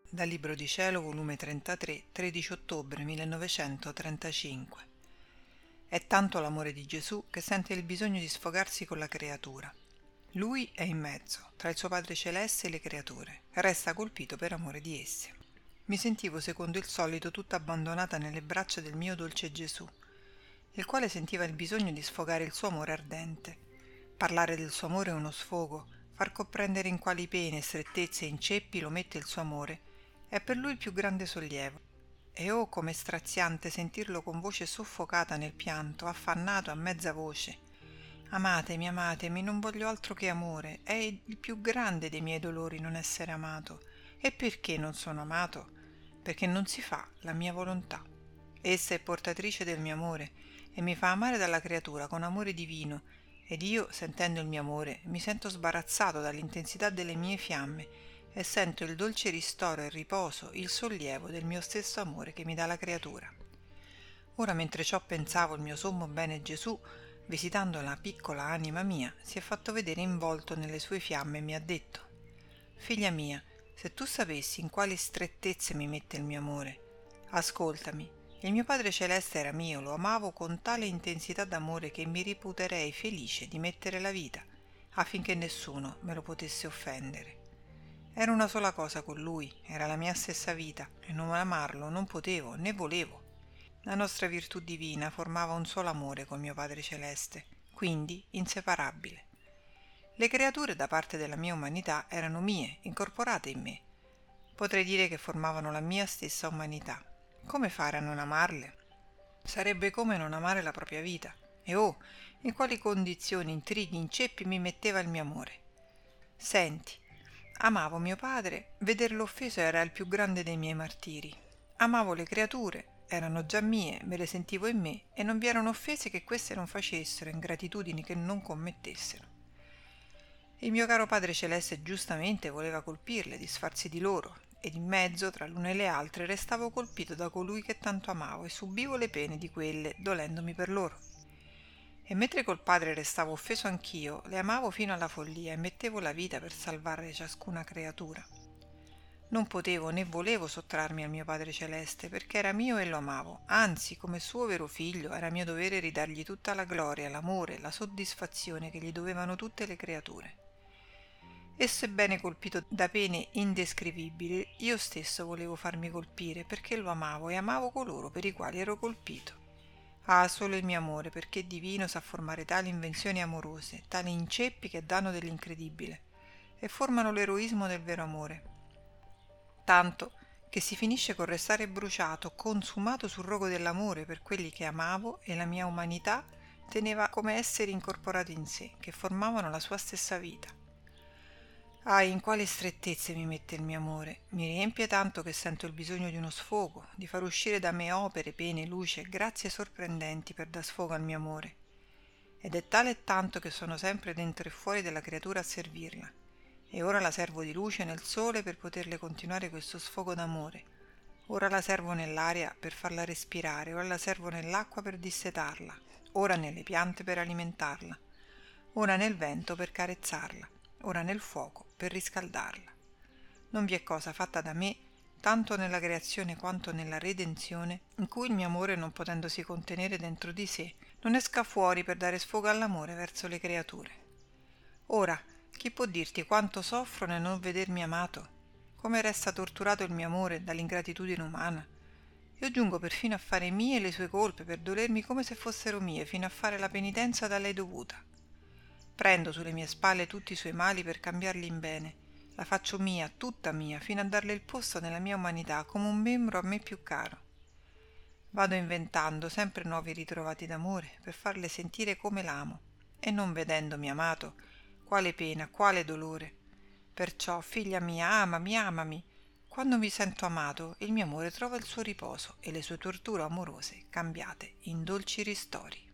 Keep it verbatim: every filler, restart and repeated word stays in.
Dal Libro di Cielo, volume trentatré, tredici ottobre millenovecentotrentacinque. È tanto l'amore di Gesù che sente il bisogno di sfogarsi con la creatura. Lui è in mezzo, tra il suo Padre Celeste e le creature, e resta colpito per amore di esse. Mi sentivo secondo il solito tutta abbandonata nelle braccia del mio dolce Gesù, il quale sentiva il bisogno di sfogare il suo amore ardente. Parlare del suo amore è uno sfogo, far comprendere in quali pene, strettezze e inceppi lo mette il suo amore, è per lui il più grande sollievo. E oh, come straziante sentirlo con voce soffocata nel pianto, affannato a mezza voce. Amatemi, amatemi, non voglio altro che amore, è il più grande dei miei dolori non essere amato. E perché non sono amato? Perché non si fa la mia volontà. Essa è portatrice del mio amore e mi fa amare dalla creatura con amore divino, ed io, sentendo il mio amore, mi sento sbarazzato dall'intensità delle mie fiamme e sento il dolce ristoro e il riposo, il sollievo del mio stesso amore che mi dà la creatura. Ora, mentre ciò pensavo, il mio sommo bene Gesù, visitando la piccola anima mia, si è fatto vedere involto nelle sue fiamme e mi ha detto: «Figlia mia, se tu sapessi in quali strettezze mi mette il mio amore, ascoltami. Il mio Padre Celeste era mio, lo amavo con tale intensità d'amore che mi reputerei felice di mettere la vita affinché nessuno me lo potesse offendere. Era una sola cosa con lui, era la mia stessa vita, e non amarlo non potevo né volevo. La nostra virtù divina formava un solo amore col mio Padre Celeste, quindi inseparabile. Le creature da parte della mia umanità erano mie, incorporate in me. Potrei dire che formavano la mia stessa umanità. Come fare a non amarle? Sarebbe come non amare la propria vita. E oh, in quali condizioni, intrighi, inceppi mi metteva il mio amore. Senti, amavo mio padre, vederlo offeso era il più grande dei miei martiri. Amavo le creature, erano già mie, me le sentivo in me e non vi erano offese che queste non facessero, ingratitudini che non commettessero. Il mio caro Padre Celeste giustamente voleva colpirle, disfarsi di loro, ed in mezzo, tra l'una e le altre, restavo colpito da colui che tanto amavo e subivo le pene di quelle, dolendomi per loro. E mentre col padre restavo offeso anch'io, le amavo fino alla follia e mettevo la vita per salvare ciascuna creatura. Non potevo né volevo sottrarmi al mio Padre Celeste, perché era mio e lo amavo, anzi, come suo vero figlio, era mio dovere ridargli tutta la gloria, l'amore, la soddisfazione che gli dovevano tutte le creature. E sebbene colpito da pene indescrivibili, io stesso volevo farmi colpire, perché lo amavo e amavo coloro per i quali ero colpito. Ah, solo il mio amore, perché divino, sa formare tali invenzioni amorose, tali inceppi che danno dell'incredibile e formano l'eroismo del vero amore. Tanto che si finisce col restare bruciato, consumato sul rogo dell'amore per quelli che amavo e la mia umanità teneva come esseri incorporati in sé, che formavano la sua stessa vita. Ah, in quali strettezze mi mette il mio amore, mi riempie tanto che sento il bisogno di uno sfogo, di far uscire da me opere, pene, luce e grazie sorprendenti per dar sfogo al mio amore. Ed è tale e tanto che sono sempre dentro e fuori della creatura a servirla, e ora la servo di luce nel sole per poterle continuare questo sfogo d'amore, ora la servo nell'aria per farla respirare, ora la servo nell'acqua per dissetarla, ora nelle piante per alimentarla, ora nel vento per carezzarla, ora nel fuoco per riscaldarla. Non vi è cosa fatta da me, tanto nella creazione quanto nella redenzione, in cui il mio amore, non potendosi contenere dentro di sé, non esca fuori per dare sfogo all'amore verso le creature. Ora, chi può dirti quanto soffro nel non vedermi amato? Come resta torturato il mio amore dall'ingratitudine umana? Io giungo perfino a fare mie le sue colpe per dolermi come se fossero mie, fino a fare la penitenza da lei dovuta. Prendo sulle mie spalle tutti i suoi mali per cambiarli in bene, la faccio mia, tutta mia, fino a darle il posto nella mia umanità come un membro a me più caro. Vado inventando sempre nuovi ritrovati d'amore per farle sentire come l'amo, e non vedendomi amato, quale pena, quale dolore. Perciò, figlia mia, amami, amami. Quando mi sento amato, il mio amore trova il suo riposo e le sue torture amorose cambiate in dolci ristori.